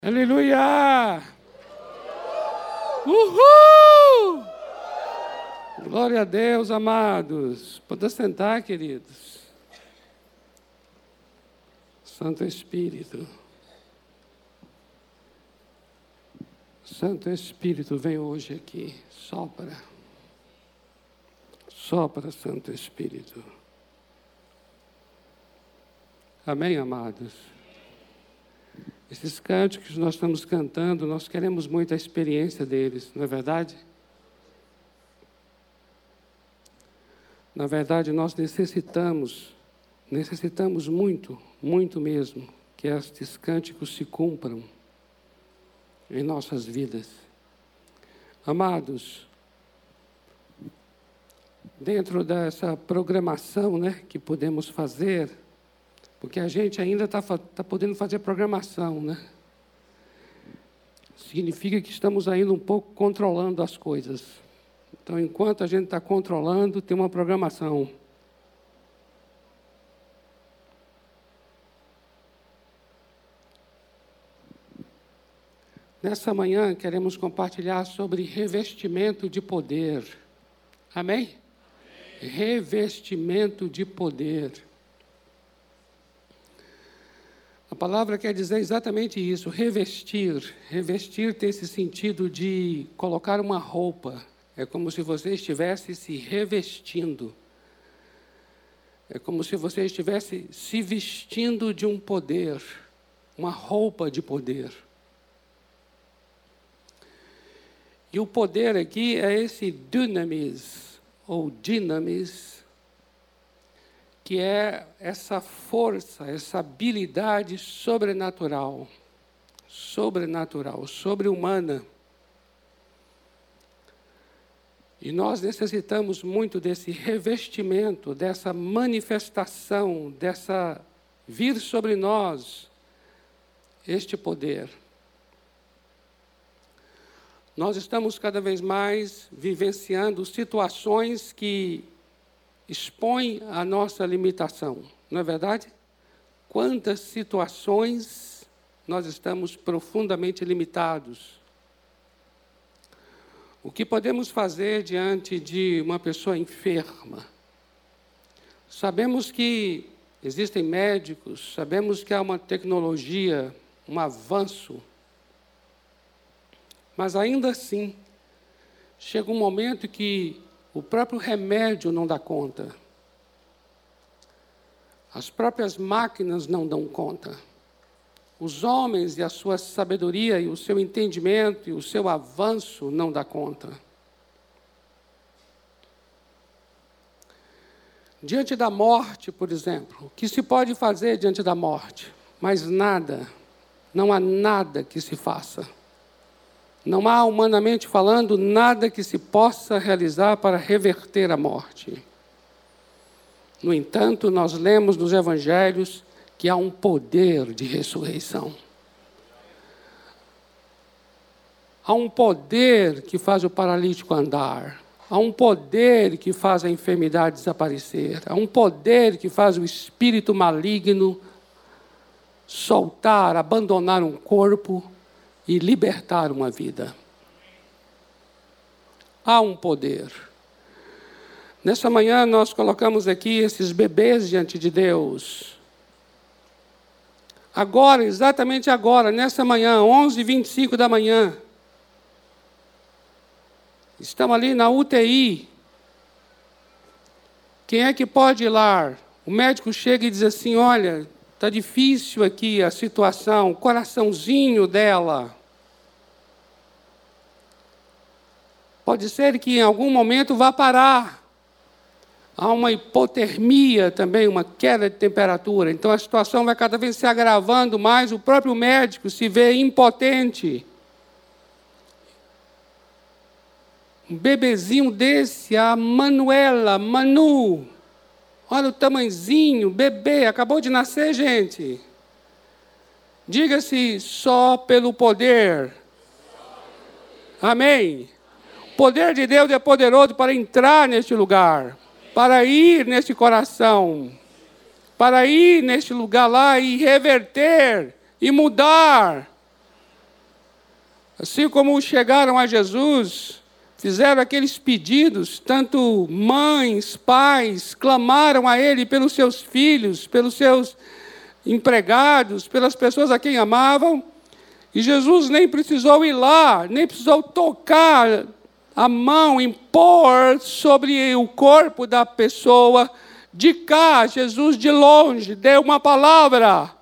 Aleluia! Uhul! Glória a Deus, amados. Pode sentar, queridos. Santo Espírito. Santo Espírito, vem hoje aqui. Sopra. Sopra, Santo Espírito. Amém, amados? Esses cânticos que nós estamos cantando, nós queremos muito a experiência deles, não é verdade? Na verdade, nós necessitamos muito, muito mesmo, que estes cânticos se cumpram em nossas vidas. Amados, dentro dessa programação, que podemos fazer, porque a gente ainda está podendo fazer programação, Significa que estamos ainda um pouco controlando as coisas. Então, enquanto a gente está controlando, tem uma programação. Nessa manhã, queremos compartilhar sobre revestimento de poder. Amém? Revestimento de poder. A palavra quer dizer exatamente isso, revestir. Revestir tem esse sentido de colocar uma roupa. É como se você estivesse se revestindo. É como se você estivesse se vestindo de um poder, uma roupa de poder. E o poder aqui é esse dunamis, ou dinamis, que é essa força, essa habilidade sobrenatural, sobre-humana. E nós necessitamos muito desse revestimento, dessa manifestação, dessa vir sobre nós este poder. Nós estamos cada vez mais vivenciando situações que expõem a nossa limitação, não é verdade? Quantas situações nós estamos profundamente limitados. O que podemos fazer diante de uma pessoa enferma? Sabemos que existem médicos, sabemos que há uma tecnologia, um avanço, mas ainda assim, chega um momento que o próprio remédio não dá conta. As próprias máquinas não dão conta. Os homens e a sua sabedoria e o seu entendimento e o seu avanço não dá conta. Diante da morte, por exemplo, o que se pode fazer diante da morte? Mas nada, não há nada que se faça. Não há, humanamente falando, nada que se possa realizar para reverter a morte. No entanto, nós lemos nos Evangelhos que há um poder de ressurreição. Há um poder que faz o paralítico andar. Há um poder que faz a enfermidade desaparecer. Há um poder que faz o espírito maligno soltar, abandonar um corpo e libertar uma vida. Há um poder. Nessa manhã nós colocamos aqui esses bebês diante de Deus. Agora, exatamente agora, nessa manhã, 11h25 da manhã, estão ali na UTI. Quem é que pode ir lá? O médico chega e diz assim, olha, está difícil aqui a situação, o coraçãozinho dela. Pode ser que em algum momento vá parar. Há uma hipotermia também, uma queda de temperatura. Então a situação vai cada vez se agravando mais, o próprio médico se vê impotente. Um bebezinho desse, a Manuela, Manu, olha o tamanhozinho, bebê, acabou de nascer, gente. Diga-se só pelo poder. Amém? O poder de Deus é poderoso para entrar neste lugar, para ir neste coração, para ir neste lugar lá e reverter e mudar Assim como chegaram a Jesus, fizeram aqueles pedidos, tanto mães, pais, clamaram a Ele pelos seus filhos, pelos seus empregados, pelas pessoas a quem amavam, e Jesus nem precisou ir lá, nem precisou tocar a mão, impor sobre o corpo da pessoa. De cá, Jesus de longe deu uma palavra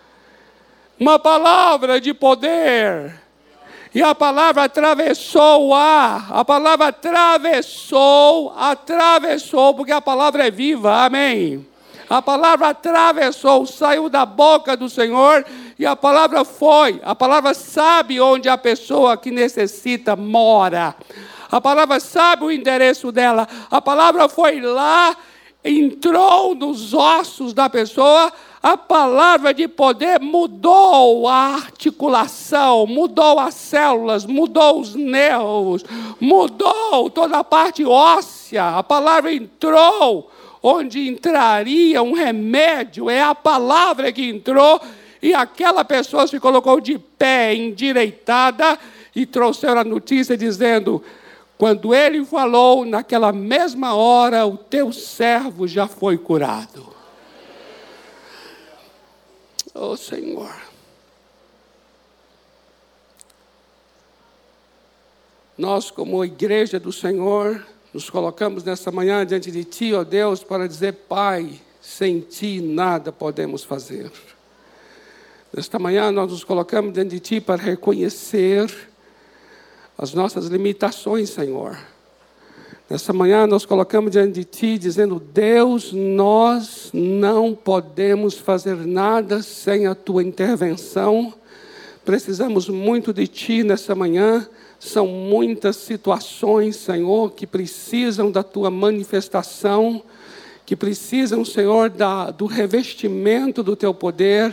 de poder. E a palavra atravessou o ar, a palavra atravessou, porque a palavra é viva, amém? A palavra atravessou, saiu da boca do Senhor, e a palavra foi. A palavra sabe onde a pessoa que necessita mora. A palavra sabe o endereço dela. A palavra foi lá, entrou nos ossos da pessoa. A palavra de poder mudou a articulação, mudou as células, mudou os nervos, mudou toda a parte óssea. A palavra entrou onde entraria um remédio, é a palavra que entrou, e aquela pessoa se colocou de pé, endireitada, e trouxeram a notícia dizendo: quando ele falou, naquela mesma hora, o teu servo já foi curado. Oh, Senhor. Nós, como igreja do Senhor, nos colocamos nessa manhã diante de Ti, ó Deus, para dizer: Pai, sem Ti nada podemos fazer. Nesta manhã nós nos colocamos diante de Ti para reconhecer as nossas limitações, Senhor. Nessa manhã nós colocamos diante de Ti, dizendo: Deus, nós não podemos fazer nada sem a Tua intervenção. Precisamos muito de Ti nessa manhã. São muitas situações, Senhor, que precisam da Tua manifestação, que precisam, Senhor, do revestimento do Teu poder,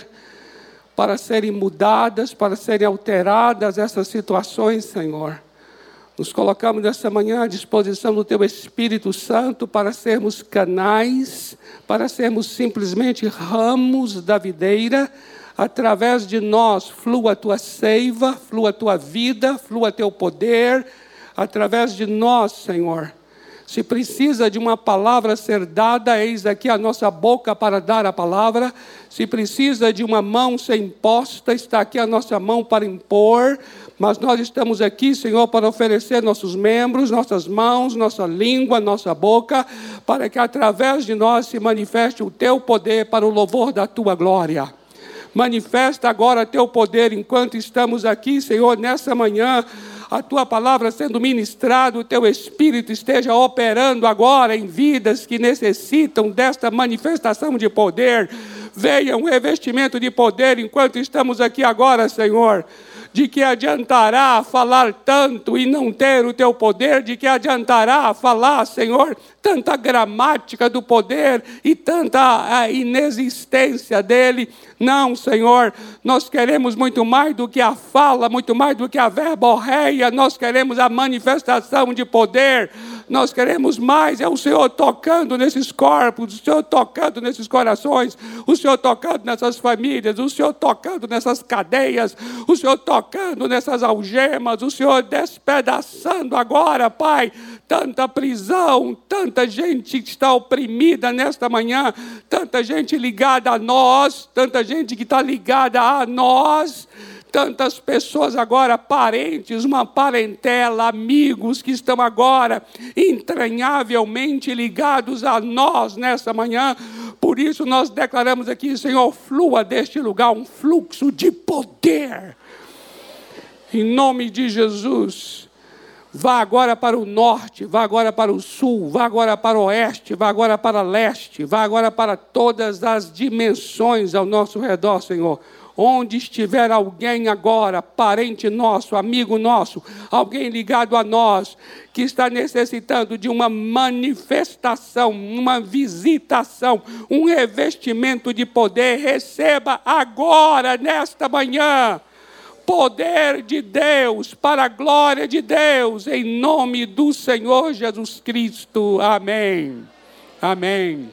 para serem mudadas, para serem alteradas essas situações, Senhor. Nos colocamos nessa manhã à disposição do Teu Espírito Santo para sermos canais, para sermos simplesmente ramos da videira. Através de nós flua a Tua seiva, flua a Tua vida, flua Teu poder. Através de nós, Senhor. Se precisa de uma palavra ser dada, eis aqui a nossa boca para dar a palavra. Se precisa de uma mão ser imposta, está aqui a nossa mão para impor. Mas nós estamos aqui, Senhor, para oferecer nossos membros, nossas mãos, nossa língua, nossa boca, para que através de nós se manifeste o Teu poder para o louvor da Tua glória. Manifesta agora Teu poder enquanto estamos aqui, Senhor, nessa manhã. A Tua palavra sendo ministrada, o Teu Espírito esteja operando agora em vidas que necessitam desta manifestação de poder. Venha um revestimento de poder enquanto estamos aqui agora, Senhor. De que adiantará falar tanto e não ter o Teu poder? De que adiantará falar, Senhor, tanta gramática do poder e tanta inexistência dele? Não, Senhor, nós queremos muito mais do que a fala, muito mais do que a verborreia. Nós queremos a manifestação de poder. Nós queremos mais, é o Senhor tocando nesses corpos, o Senhor tocando nesses corações, o Senhor tocando nessas famílias, o Senhor tocando nessas cadeias, o Senhor tocando nessas algemas, o Senhor despedaçando agora, Pai, tanta prisão, tanta gente que está oprimida nesta manhã, tanta gente ligada a nós, tanta gente que está ligada a nós, tantas pessoas agora, parentes, uma parentela, amigos que estão agora entranhavelmente ligados a nós nessa manhã. Por isso nós declaramos aqui, Senhor, flua deste lugar um fluxo de poder. Em nome de Jesus. Vá agora para o norte, vá agora para o sul, vá agora para o oeste, vá agora para o leste, vá agora para todas as dimensões ao nosso redor, Senhor. Onde estiver alguém agora, parente nosso, amigo nosso, alguém ligado a nós, que está necessitando de uma manifestação, uma visitação, um revestimento de poder, receba agora, nesta manhã, poder de Deus, para a glória de Deus, em nome do Senhor Jesus Cristo. Amém. Amém.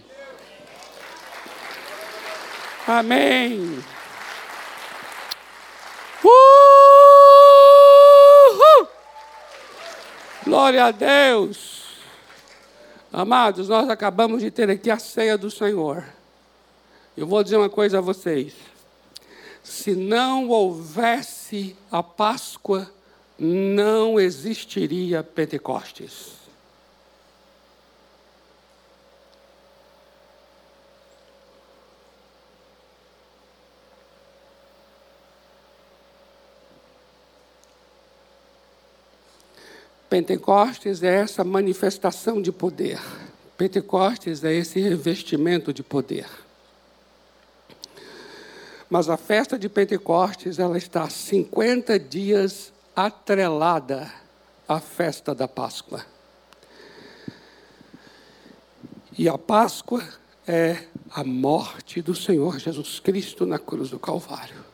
Amém. Glória a Deus. Amados, nós acabamos de ter aqui a ceia do Senhor. Eu vou dizer uma coisa a vocês. Se não houvesse a Páscoa, não existiria Pentecostes. Pentecostes é essa manifestação de poder. Pentecostes é esse revestimento de poder. Mas a festa de Pentecostes, ela está 50 dias atrelada à festa da Páscoa. E a Páscoa é a morte do Senhor Jesus Cristo na cruz do Calvário.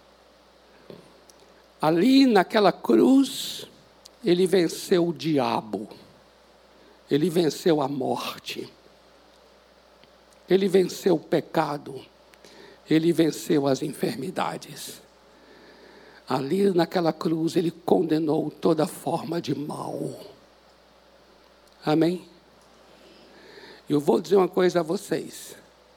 Ali naquela cruz, ele venceu o diabo, ele venceu a morte, ele venceu o pecado, ele venceu as enfermidades. Ali naquela cruz ele condenou toda forma de mal. Amém? Eu vou dizer uma coisa a vocês.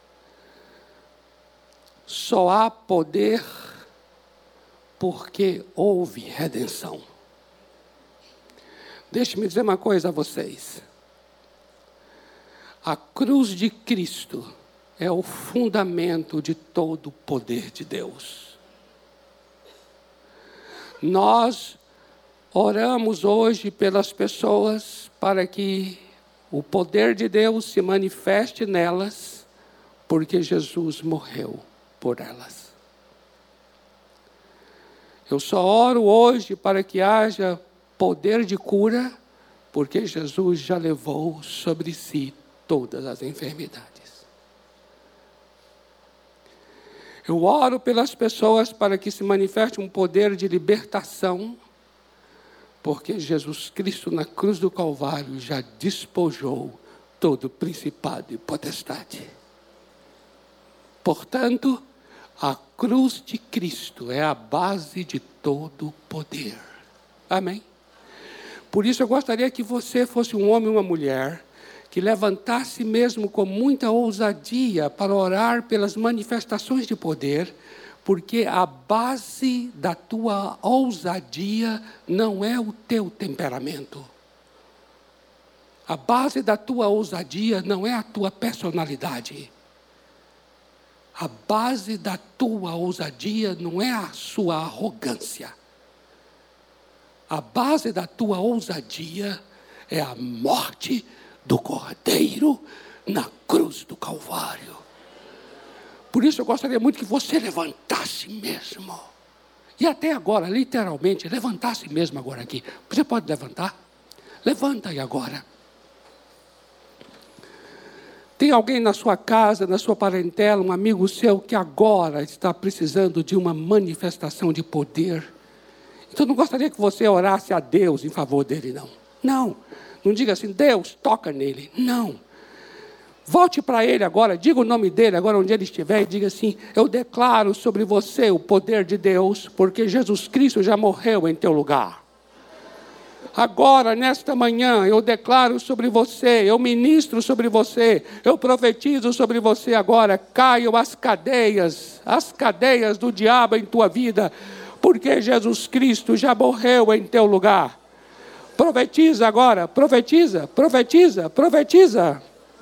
Só há poder porque houve redenção. Deixe-me dizer uma coisa a vocês. A cruz de Cristo é o fundamento de todo o poder de Deus. Nós oramos hoje pelas pessoas para que o poder de Deus se manifeste nelas, porque Jesus morreu por elas. Eu só oro hoje para que haja poder de cura, porque Jesus já levou sobre si todas as enfermidades. Eu oro pelas pessoas para que se manifeste um poder de libertação, porque Jesus Cristo na cruz do Calvário já despojou todo principado e potestade. Portanto, a cruz de Cristo é a base de todo o poder. Amém? Por isso eu gostaria que você fosse um homem ou uma mulher que levantasse mesmo com muita ousadia para orar pelas manifestações de poder, porque a base da tua ousadia não é o teu temperamento. A base da tua ousadia não é a tua personalidade. A base da tua ousadia não é a sua arrogância. A base da tua ousadia é a morte do Cordeiro na cruz do Calvário. Por isso eu gostaria muito que você levantasse mesmo. E até agora, literalmente, levantasse mesmo agora aqui. Você pode levantar? Levanta aí agora. Tem alguém na sua casa, na sua parentela, um amigo seu que agora está precisando de uma manifestação de poder? Então, não gostaria que você orasse a Deus em favor dele, não. Não. Não diga assim, Deus, toca nele. Não. Volte para ele agora, diga o nome dele agora onde ele estiver e diga assim, eu declaro sobre você o poder de Deus, porque Jesus Cristo já morreu em teu lugar. Agora, nesta manhã, eu declaro sobre você, eu ministro sobre você, eu profetizo sobre você agora, caiam as cadeias do diabo em tua vida, porque Jesus Cristo já morreu em teu lugar. Profetiza agora, profetiza, profetiza, profetiza.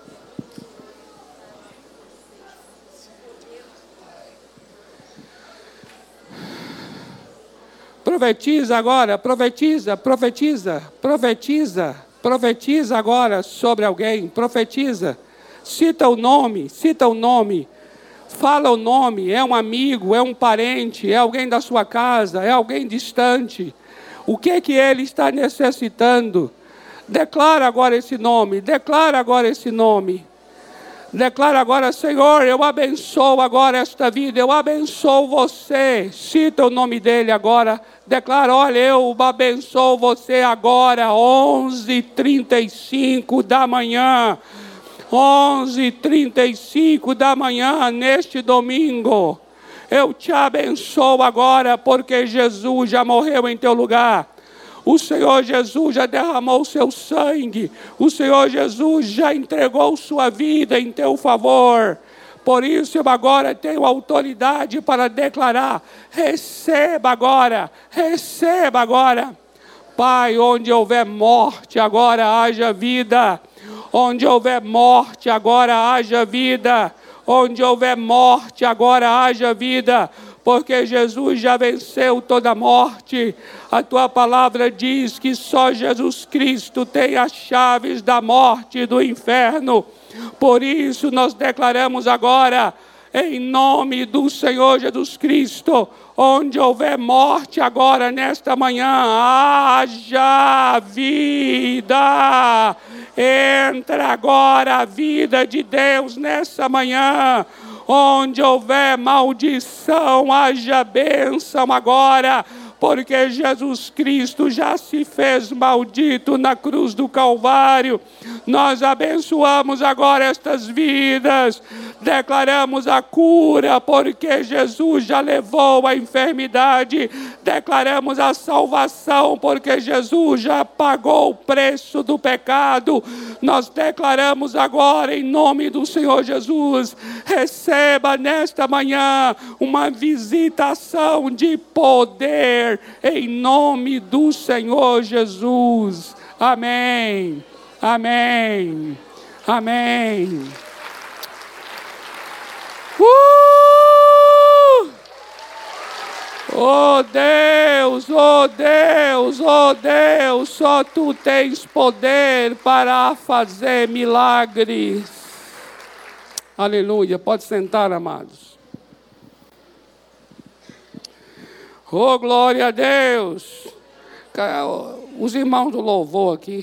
Profetiza agora, profetiza, profetiza, profetiza, profetiza agora sobre alguém, profetiza. Cita o nome. Fala o nome, é um amigo, é um parente, é alguém da sua casa, é alguém distante. O que é que ele está necessitando? Declara agora esse nome, declara agora esse nome. Declara agora, Senhor, eu abençoo agora esta vida, eu abençoo você. Cita o nome dele agora. Declara, olha, eu abençoo você agora, 11h35 da manhã. 11h35 da manhã, neste domingo. Eu te abençoo agora, porque Jesus já morreu em teu lugar. O Senhor Jesus já derramou o seu sangue. O Senhor Jesus já entregou sua vida em teu favor. Por isso eu agora tenho autoridade para declarar: receba agora, receba agora. Pai, onde houver morte, agora haja vida. Onde houver morte, agora haja vida. Onde houver morte, agora haja vida. Porque Jesus já venceu toda a morte. A tua palavra diz que só Jesus Cristo tem as chaves da morte e do inferno. Por isso nós declaramos agora, em nome do Senhor Jesus Cristo, onde houver morte agora nesta manhã, haja vida. Entra agora a vida de Deus nessa manhã. Onde houver maldição, haja bênção agora, porque Jesus Cristo já se fez maldito na cruz do Calvário. Nós abençoamos agora estas vidas, declaramos a cura, porque Jesus já levou a enfermidade, declaramos a salvação, porque Jesus já pagou o preço do pecado. Nós declaramos agora, em nome do Senhor Jesus, receba nesta manhã uma visitação de poder, em nome do Senhor Jesus. Amém, amém, amém. Oh Deus, oh Deus, oh Deus, só Tu tens poder para fazer milagres. Aleluia, pode sentar, amados. Oh, glória a Deus. Os irmãos do louvor aqui,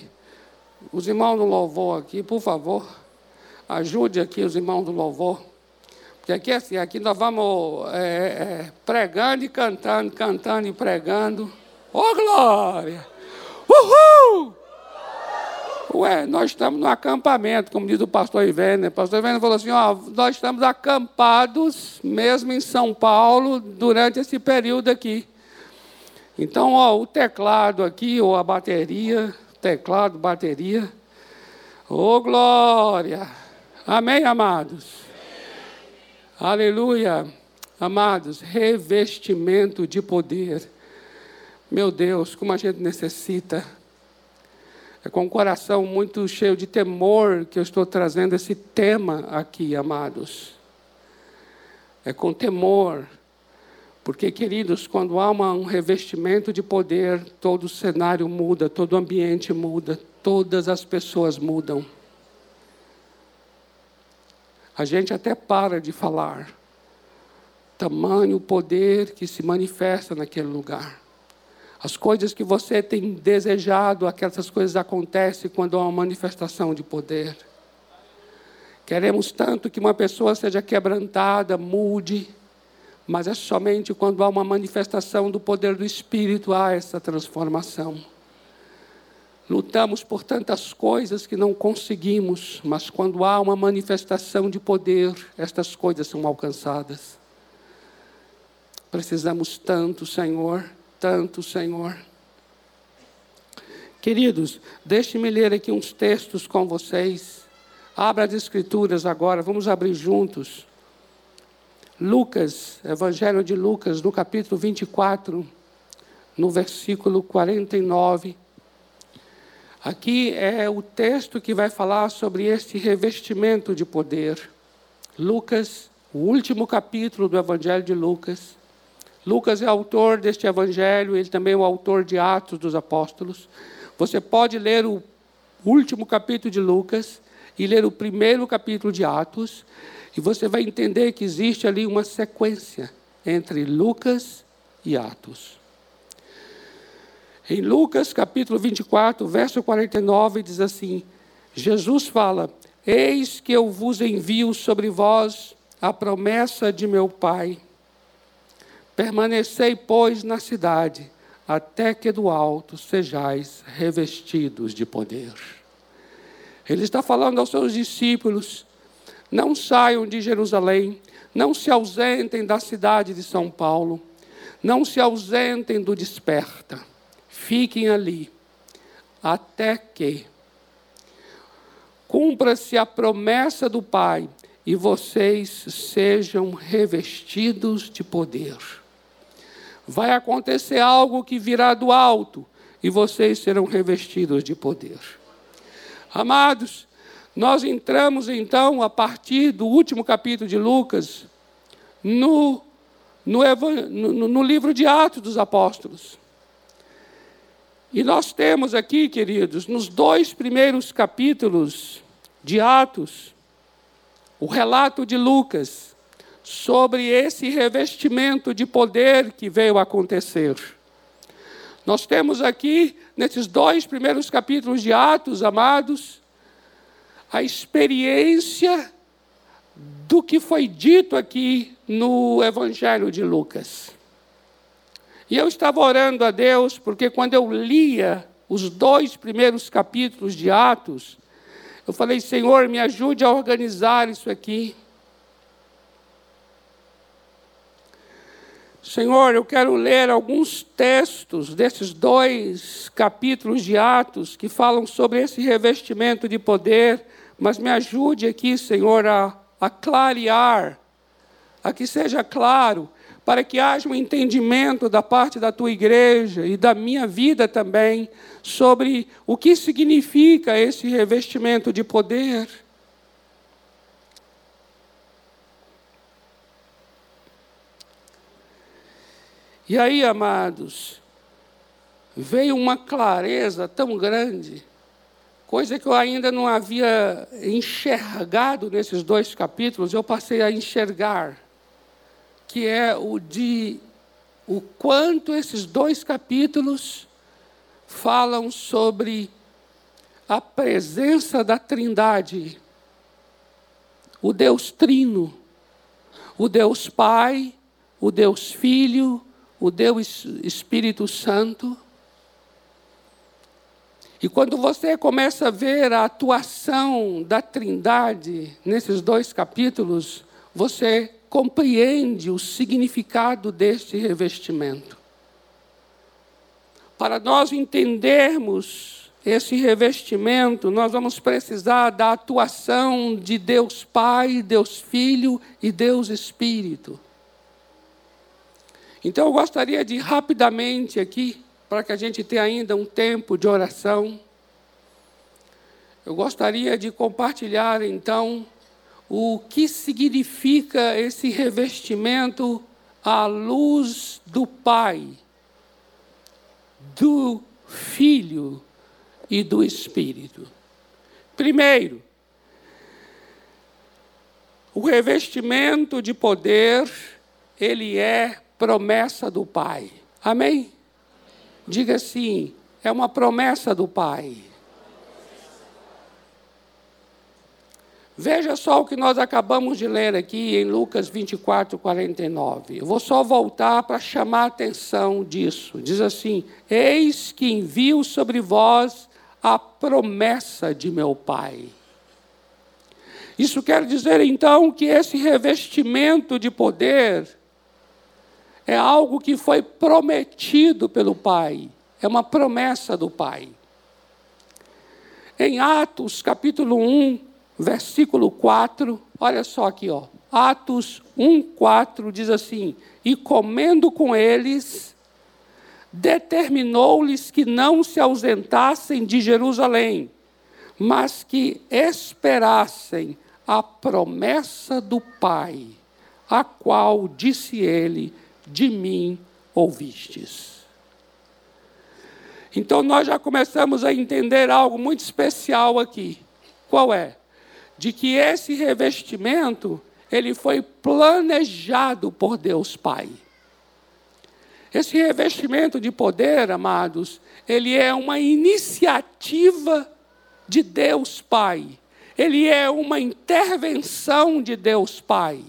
por favor, ajude aqui os irmãos do louvor. Porque aqui assim, aqui nós vamos pregando e cantando, cantando e pregando. Oh, glória! Uhul! Ué, nós estamos no acampamento, como diz o pastor Ivênio. O pastor Ivênio falou assim, nós estamos acampados, mesmo em São Paulo, durante esse período aqui. Então, o teclado aqui, ou a bateria, teclado, bateria. Oh, glória! Amém, amados? Aleluia! Amados, revestimento de poder. Meu Deus, como a gente necessita. É com o coração muito cheio de temor que eu estou trazendo esse tema aqui, amados. É com temor, porque, queridos, quando há um revestimento de poder, todo o cenário muda, todo o ambiente muda, todas as pessoas mudam. A gente até para de falar. Tamanho poder que se manifesta naquele lugar. As coisas que você tem desejado, aquelas coisas acontecem quando há uma manifestação de poder. Queremos tanto que uma pessoa seja quebrantada, mude, mas é somente quando há uma manifestação do poder do Espírito, há essa transformação. Lutamos por tantas coisas que não conseguimos, mas quando há uma manifestação de poder, estas coisas são alcançadas. Precisamos tanto, Senhor, tanto, Senhor. Queridos, deixe-me ler aqui uns textos com vocês. Abra as Escrituras agora, vamos abrir juntos. Lucas, Evangelho de Lucas, no capítulo 24, no versículo 49. Aqui é o texto que vai falar sobre este revestimento de poder. Lucas, o último capítulo do Evangelho de Lucas. Lucas é autor deste Evangelho, ele também é o autor de Atos dos Apóstolos. Você pode ler o último capítulo de Lucas e ler o primeiro capítulo de Atos, e você vai entender que existe ali uma sequência entre Lucas e Atos. Em Lucas, capítulo 24, verso 49, diz assim, Jesus fala, eis que eu vos envio sobre vós a promessa de meu Pai. Permanecei, pois, na cidade, até que do alto sejais revestidos de poder. Ele está falando aos seus discípulos, não saiam de Jerusalém, não se ausentem da cidade de São Paulo, não se ausentem do Desperta. fiquem ali, até que cumpra-se a promessa do Pai e vocês sejam revestidos de poder. Vai acontecer algo que virá do alto e vocês serão revestidos de poder. Amados, nós entramos então, a partir do último capítulo de Lucas, no livro de Atos dos Apóstolos. E nós temos aqui, queridos, nos 2 primeiros capítulos de Atos, o relato de Lucas sobre esse revestimento de poder que veio acontecer. Nós temos aqui, nesses 2 primeiros capítulos de Atos, amados, a experiência do que foi dito aqui no Evangelho de Lucas. E eu estava orando a Deus, porque quando eu lia os 2 primeiros capítulos de Atos, eu falei, Senhor, me ajude a organizar isso aqui. Senhor, eu quero ler alguns textos desses 2 capítulos de Atos que falam sobre esse revestimento de poder, mas me ajude aqui, Senhor, a clarear, a que seja claro, para que haja um entendimento da parte da tua igreja e da minha vida também, sobre o que significa esse revestimento de poder. E aí, amados, veio uma clareza tão grande, coisa que eu ainda não havia enxergado nesses 2 capítulos, eu passei a enxergar, que é o quanto esses 2 capítulos falam sobre a presença da Trindade, o Deus Trino, o Deus Pai, o Deus Filho, o Deus Espírito Santo. E quando você começa a ver a atuação da Trindade nesses 2 capítulos, você compreende o significado deste revestimento. Para nós entendermos esse revestimento, nós vamos precisar da atuação de Deus Pai, Deus Filho e Deus Espírito. Então, eu gostaria de rapidamente aqui, para que a gente tenha ainda um tempo de oração, eu gostaria de compartilhar, então, o que significa esse revestimento à luz do Pai, do Filho e do Espírito. Primeiro, o revestimento de poder, ele é promessa do Pai. Amém? Diga assim, é uma promessa do Pai. Veja só o que nós acabamos de ler aqui em Lucas 24, 49. Eu vou só voltar para chamar a atenção disso. Diz assim, eis que envio sobre vós a promessa de meu Pai. Isso quer dizer, então, que esse revestimento de poder é algo que foi prometido pelo Pai. É uma promessa do Pai. Em Atos, capítulo 1, versículo 4, olha só aqui, ó. Atos 1, 4 diz assim, e comendo com eles, determinou-lhes que não se ausentassem de Jerusalém, mas que esperassem a promessa do Pai, a qual disse ele, de mim ouvistes. Então nós já começamos a entender algo muito especial aqui. Qual é? De que esse revestimento, ele foi planejado por Deus Pai. Esse revestimento de poder, amados, ele é uma iniciativa de Deus Pai. Ele é uma intervenção de Deus Pai.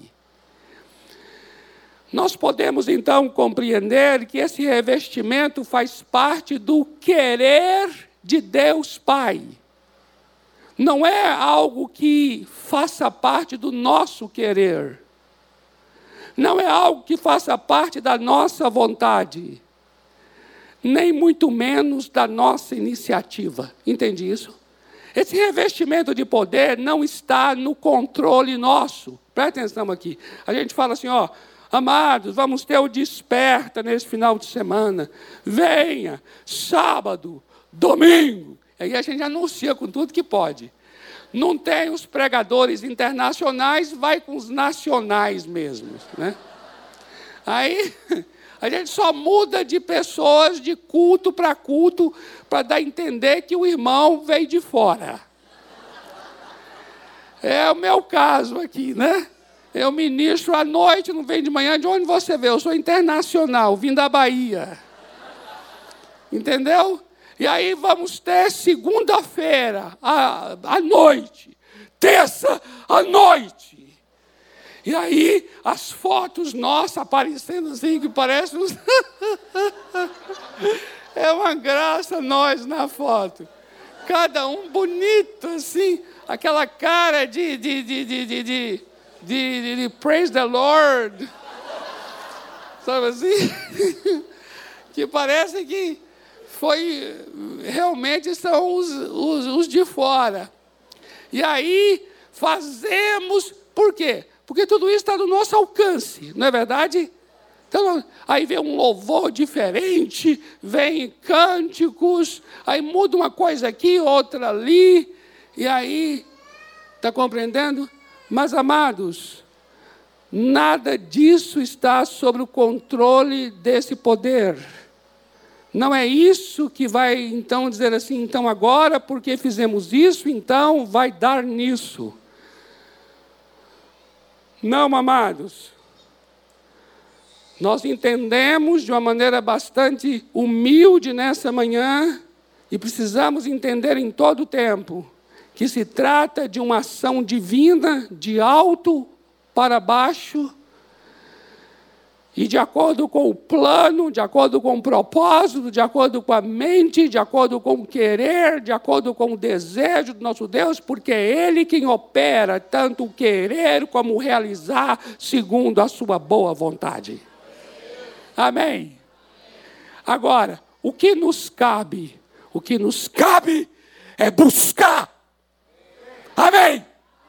Nós podemos, então, compreender que esse revestimento faz parte do querer de Deus Pai. Não é algo que faça parte do nosso querer. Não é algo que faça parte da nossa vontade. nem muito menos da nossa iniciativa. Entende isso? Esse revestimento de poder não está no controle nosso. Presta atenção aqui. A gente fala assim, ó, amados, vamos ter o Desperta nesse final de semana. Venha, sábado, domingo. Aí a gente anuncia com tudo que pode. Não tem os pregadores internacionais, vai com os nacionais mesmo, né? Aí a gente só muda de pessoas de culto para dar a entender que o irmão veio de fora. É o meu caso aqui, né? Eu ministro à noite, não venho de manhã. De onde você veio? Eu sou internacional, vim da Bahia. Entendeu? E aí vamos ter segunda-feira, à noite, terça à noite. E aí as fotos nossas aparecendo assim, que parece uns... É uma graça nós na foto. Cada um bonito assim, aquela cara de praise the Lord. Sabe assim? Que parece que realmente são os de fora. E aí fazemos, por quê? Porque tudo isso está do nosso alcance, não é verdade? Então, aí vem um louvor diferente, vem cânticos, aí muda uma coisa aqui, outra ali, e aí, está compreendendo? Mas, amados, nada disso está sob o controle desse poder. Não é isso que vai, então, dizer assim, então agora, porque fizemos isso, então vai dar nisso. Não, amados. Nós entendemos de uma maneira bastante humilde nessa manhã, e precisamos entender em todo o tempo, que se trata de uma ação divina, de alto para baixo, e de acordo com o plano, de acordo com o propósito, de acordo com a mente, de acordo com o querer, de acordo com o desejo do nosso Deus, porque é Ele quem opera tanto o querer como o realizar segundo a sua boa vontade. Amém? Agora, o que nos cabe? O que nos cabe é buscar. Amém?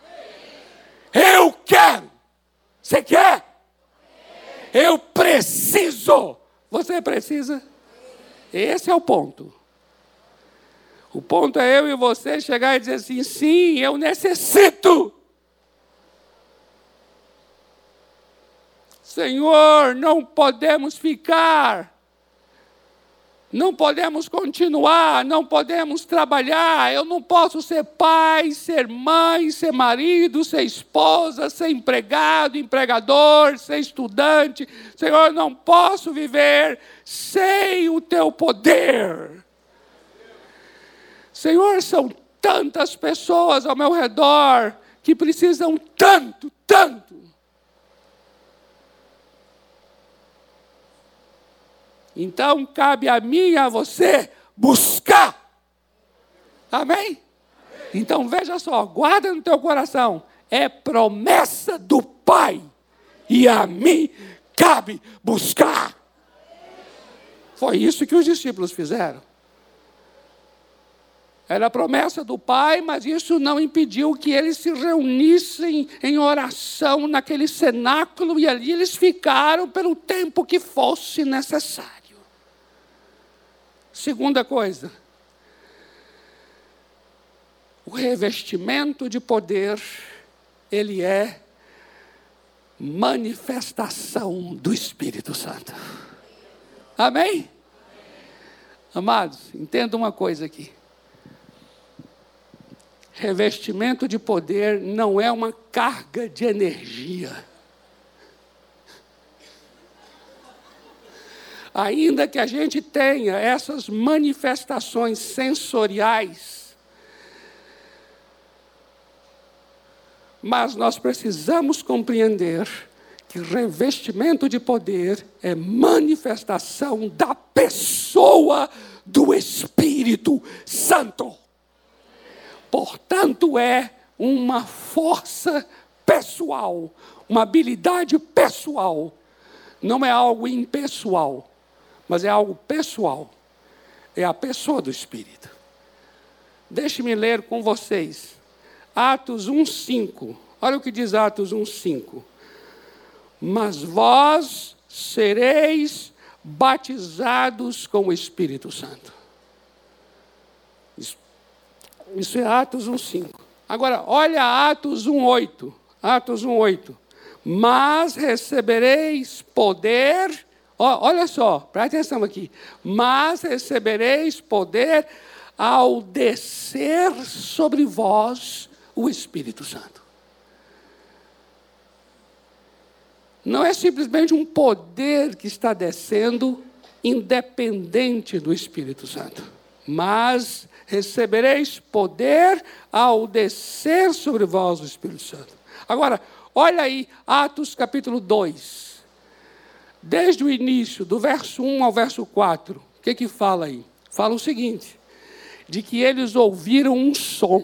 Eu quero. Você quer? Eu preciso. Você precisa? Esse é o ponto. O ponto é eu e você chegar e dizer assim, sim, eu necessito. Senhor, não podemos ficar. Não podemos continuar, não podemos trabalhar. Eu não posso ser pai, ser mãe, ser marido, ser esposa, ser empregado, empregador, ser estudante. Senhor, eu não posso viver sem o teu poder. Senhor, são tantas pessoas ao meu redor que precisam tanto. Então, cabe a mim e a você buscar. Amém? Então, veja só, guarda no teu coração. É promessa do Pai. E a mim cabe buscar. Foi isso que os discípulos fizeram. Era a promessa do Pai, mas isso não impediu que eles se reunissem em oração naquele cenáculo. E ali eles ficaram pelo tempo que fosse necessário. Segunda coisa, o revestimento de poder, ele é manifestação do Espírito Santo. Amém? Amados, entenda uma coisa aqui. Revestimento de poder não é uma carga de energia. Ainda que a gente tenha essas manifestações sensoriais, mas nós precisamos compreender que revestimento de poder é manifestação da pessoa do Espírito Santo. Portanto, é uma força pessoal, uma habilidade pessoal, não é algo impessoal. Mas é algo pessoal. é a pessoa do Espírito. Deixe-me ler com vocês Atos 1:5. Olha o que diz Atos 1:5. Mas vós sereis batizados com o Espírito Santo. Isso é Atos 1:5. Agora, olha Atos 1:8. Atos 1:8. Mas recebereis poder... Olha só, presta atenção aqui. Mas recebereis poder ao descer sobre vós o Espírito Santo. Não é simplesmente um poder que está descendo independente do Espírito Santo. Mas recebereis poder ao descer sobre vós o Espírito Santo. Agora, olha aí, Atos capítulo 2. Desde o início, do verso 1 ao verso 4, o que fala aí? Fala o seguinte, de que eles ouviram um som,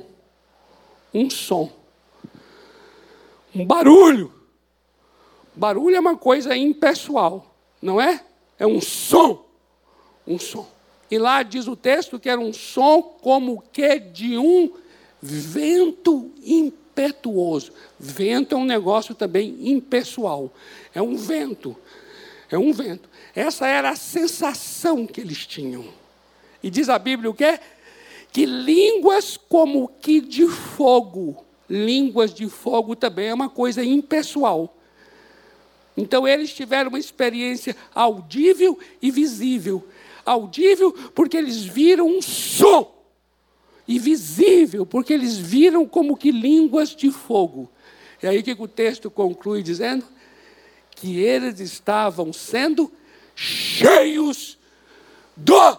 um barulho. Barulho é uma coisa impessoal, não é? É um som. E lá diz o texto que era um som como que de um vento impetuoso. Vento é um negócio também impessoal. É um vento. Essa era a sensação que eles tinham. E diz a Bíblia o quê? Que línguas como que de fogo. Línguas de fogo também é uma coisa impessoal. Então, eles tiveram uma experiência audível e visível. Audível porque eles viram um som. E visível porque eles viram como que línguas de fogo. E aí o que o texto conclui dizendo? Que eles estavam sendo cheios do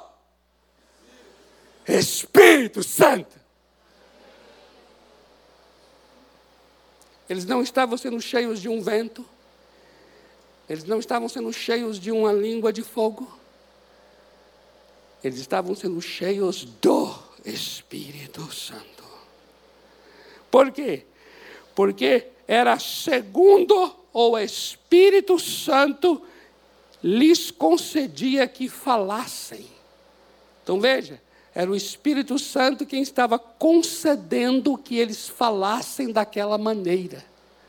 Espírito Santo. Eles não estavam sendo cheios de um vento. Eles não estavam sendo cheios de uma língua de fogo. Eles estavam sendo cheios do Espírito Santo. Por quê? Porque era segundo o Espírito Santo lhes concedia que falassem. Então veja, era o Espírito Santo quem estava concedendo que eles falassem daquela maneira.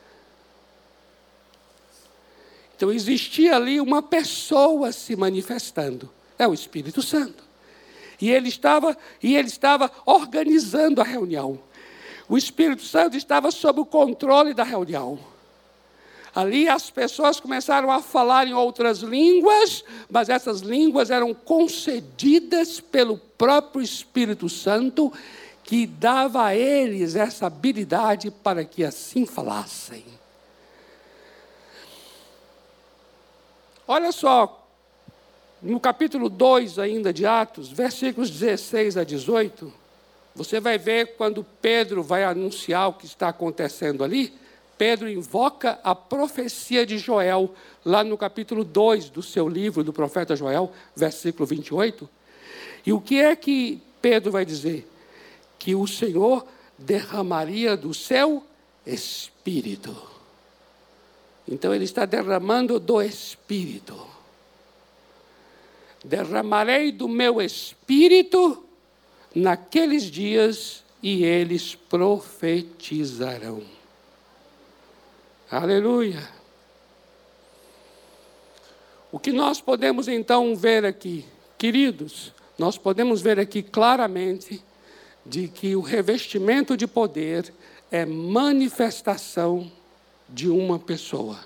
Então existia ali uma pessoa se manifestando. É o Espírito Santo. E ele estava organizando a reunião. O Espírito Santo estava sob o controle da reunião. Ali as pessoas começaram a falar em outras línguas, mas essas línguas eram concedidas pelo próprio Espírito Santo, que dava a eles essa habilidade para que assim falassem. Olha só, no capítulo 2 ainda de Atos, versículos 16 a 18, você vai ver quando Pedro vai anunciar o que está acontecendo ali. Pedro invoca a profecia de Joel, lá no capítulo 2 do seu livro, do profeta Joel, versículo 28. E o que é que Pedro vai dizer? Que o Senhor derramaria do seu Espírito. Então, ele está derramando do Espírito. Derramarei do meu Espírito naqueles dias e eles profetizarão. Aleluia. O que nós podemos então ver aqui, queridos, nós podemos ver aqui claramente de que o revestimento de poder é manifestação de uma pessoa.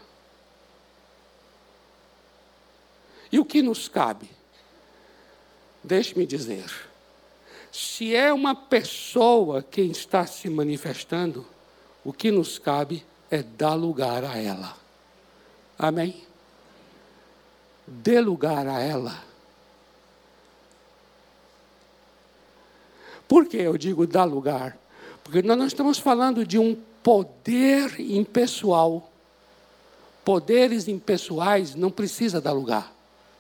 E o que nos cabe? Deixe-me dizer, se é uma pessoa quem está se manifestando, o que nos cabe é dar lugar a ela. Amém? Dê lugar a ela. Por que eu digo dar lugar? Porque nós não estamos falando de um poder impessoal. Poderes impessoais não precisa dar lugar.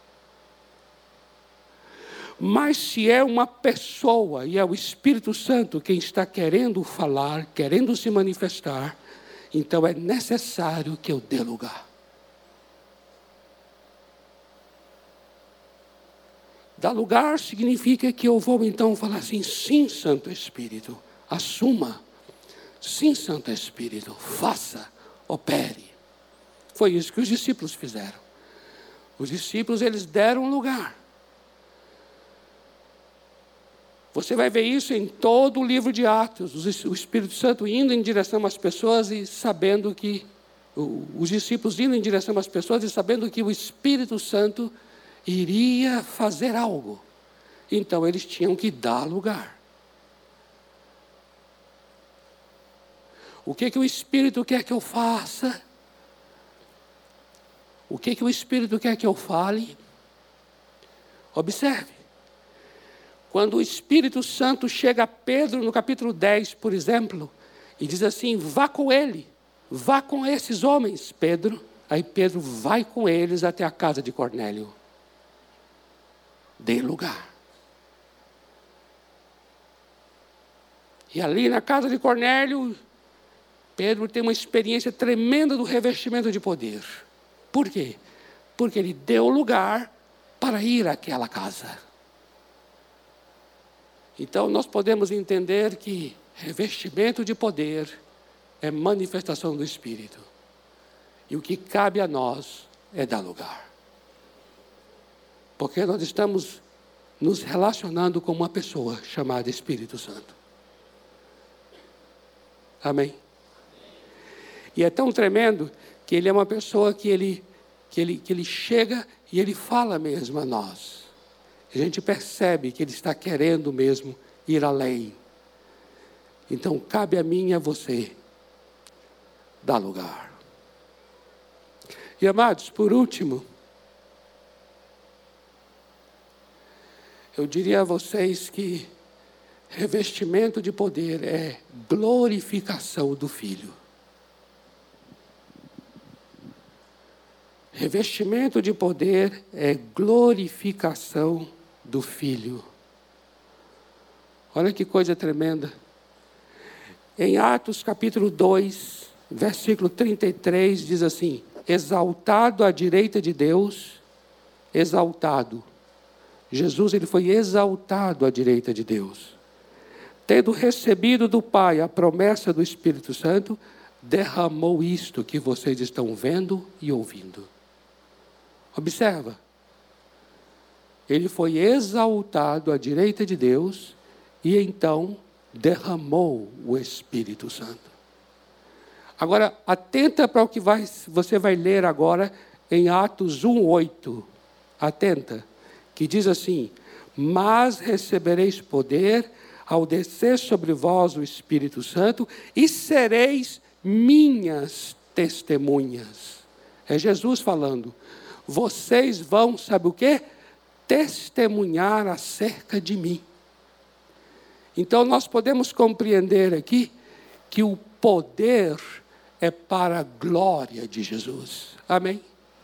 Mas se é uma pessoa, e é o Espírito Santo quem está querendo falar, querendo se manifestar, então é necessário que eu dê lugar. Dar lugar significa que eu vou então falar assim: sim, Santo Espírito, assuma. Sim, Santo Espírito, faça, opere. Foi isso que os discípulos fizeram. Os discípulos, eles deram lugar. Você vai ver isso em todo o livro de Atos. O Espírito Santo indo em direção às pessoas e sabendo que... Os discípulos indo em direção às pessoas e sabendo que o Espírito Santo iria fazer algo. Então, eles tinham que dar lugar. O que o Espírito quer que eu faça? O que o Espírito quer que eu fale? Observe. Quando o Espírito Santo chega a Pedro, no capítulo 10, por exemplo, e diz assim: vá com ele, vá com esses homens, Pedro. Aí Pedro vai com eles até a casa de Cornélio. Dê lugar. E ali na casa de Cornélio, Pedro tem uma experiência tremenda do revestimento de poder. Por quê? Porque ele deu lugar para ir àquela casa. Então, nós podemos entender que revestimento de poder é manifestação do Espírito. E o que cabe a nós é dar lugar. Porque nós estamos nos relacionando com uma pessoa chamada Espírito Santo. Amém? E é tão tremendo que ele é uma pessoa que ele chega e ele fala mesmo a nós. A gente percebe que ele está querendo mesmo ir além. Então, cabe a mim e a você dar lugar. E, amados, por último, eu diria a vocês que revestimento de poder é glorificação do Filho. Revestimento de poder é glorificação do Filho. Olha que coisa tremenda. Em Atos capítulo 2, versículo 33, diz assim: exaltado à direita de Deus, exaltado. Jesus, ele foi exaltado à direita de Deus. Tendo recebido do Pai a promessa do Espírito Santo, derramou isto que vocês estão vendo e ouvindo. Observa. Ele foi exaltado à direita de Deus e então derramou o Espírito Santo. Agora, atenta para o que você vai ler agora em Atos 1:8. Atenta, que diz assim: mas recebereis poder ao descer sobre vós o Espírito Santo e sereis minhas testemunhas. É Jesus falando. Vocês vão, sabe o quê? Testemunhar acerca de mim. Então, nós podemos compreender aqui que o poder é para a glória de Jesus. Amém?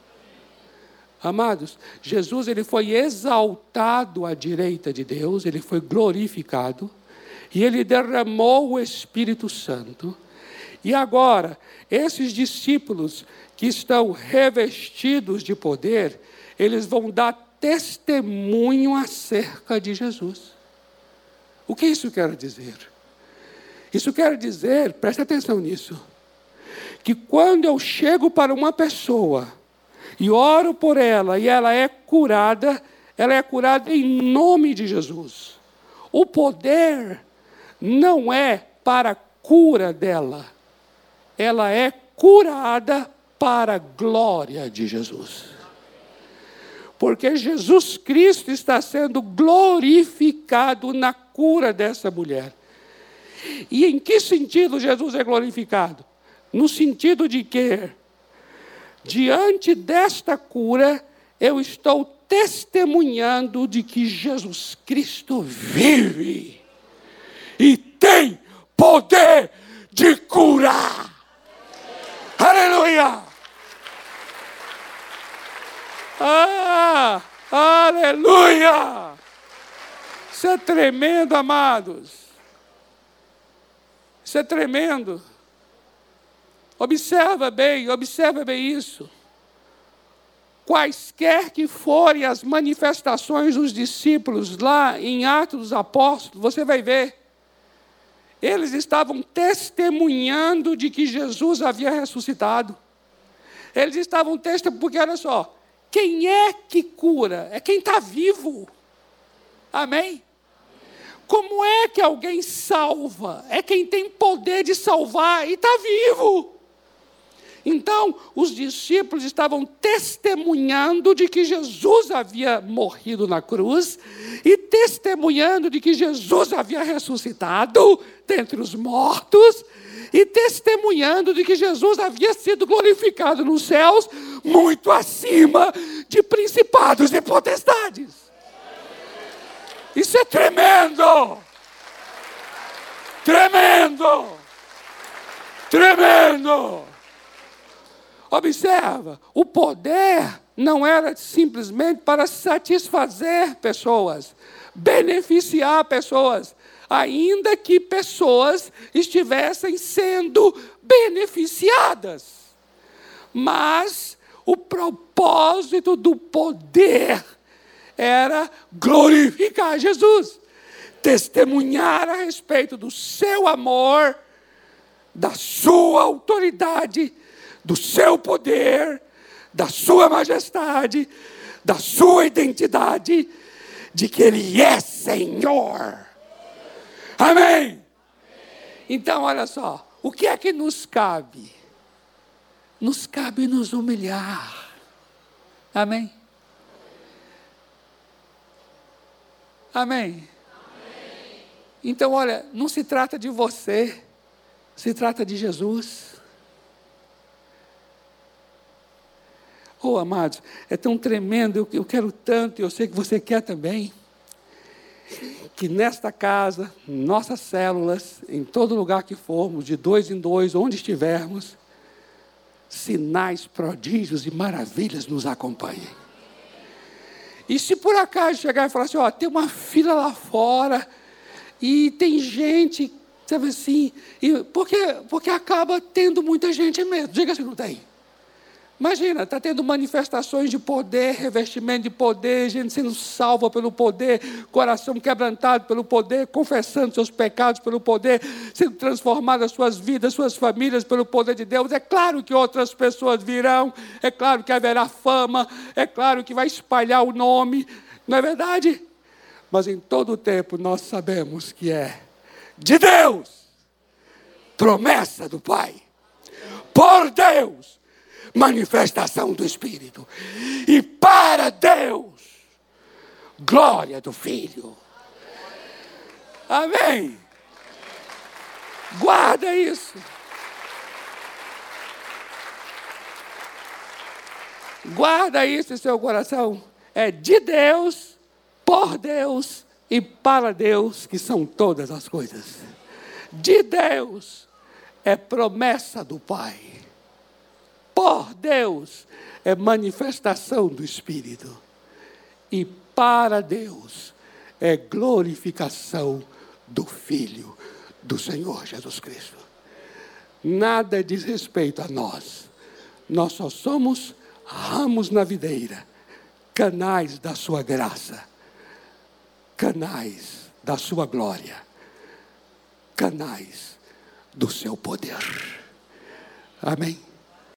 Amados, Jesus, ele foi exaltado à direita de Deus, ele foi glorificado, e ele derramou o Espírito Santo. E agora, esses discípulos que estão revestidos de poder, eles vão dar testemunho acerca de Jesus. O que isso quer dizer? Isso quer dizer, preste atenção nisso, que quando eu chego para uma pessoa e oro por ela e ela é curada em nome de Jesus. O poder não é para a cura dela, ela é curada para a glória de Jesus. Porque Jesus Cristo está sendo glorificado na cura dessa mulher. E em que sentido Jesus é glorificado? No sentido de que, diante desta cura, eu estou testemunhando de que Jesus Cristo vive e tem poder de curar. Aleluia! Ah, aleluia! Isso é tremendo, amados. Isso é tremendo. Observa bem isso. quaisquer que forem as manifestações dos discípulos lá em Atos dos Apóstolos, você vai ver, eles estavam testemunhando de que Jesus havia ressuscitado. Eles estavam testemunhando, porque olha só, quem é que cura? É quem está vivo. Amém? Como é que alguém salva? É quem tem poder de salvar e está vivo. Então, os discípulos estavam testemunhando de que Jesus havia morrido na cruz e testemunhando de que Jesus havia ressuscitado dentre os mortos e testemunhando de que Jesus havia sido glorificado nos céus muito acima de principados e potestades. Isso é tremendo! Tremendo! Tremendo! Observa, o poder não era simplesmente para satisfazer pessoas, beneficiar pessoas, ainda que pessoas estivessem sendo beneficiadas. Mas o propósito do poder era glorificar Jesus, testemunhar a respeito do seu amor, da sua autoridade, do seu poder, da sua majestade, da sua identidade, de que Ele é Senhor. Amém? Então, olha só, o que é que nos cabe? Nos cabe nos humilhar. Amém? Amém? Então, olha, não se trata de você, se trata de Jesus. Oh, amados, é tão tremendo, eu quero tanto, e eu sei que você quer também, que nesta casa, nossas células, em todo lugar que formos, de 2 em 2, onde estivermos, sinais, prodígios e maravilhas nos acompanhem. E se por acaso chegar e falar assim, ó, tem uma fila lá fora, e tem gente, sabe assim, porque acaba tendo muita gente mesmo, diga se não tem. Imagina, está tendo manifestações de poder, revestimento de poder, gente sendo salva pelo poder, coração quebrantado pelo poder, confessando seus pecados pelo poder, sendo transformadas suas vidas, suas famílias pelo poder de Deus. É claro que outras pessoas virão, é claro que haverá fama, é claro que vai espalhar o nome, não é verdade? Mas em todo o tempo nós sabemos que é de Deus, promessa do Pai, por Deus, manifestação do Espírito, e para Deus, glória do Filho. Amém? Guarda isso. Guarda isso em seu coração. É de Deus, por Deus e para Deus que são todas as coisas. De Deus é promessa do Pai. Por Deus é manifestação do Espírito. E para Deus é glorificação do Filho do Senhor Jesus Cristo. Nada diz respeito a nós. Nós só somos ramos na videira, canais da sua graça, canais da sua glória, canais do seu poder. Amém?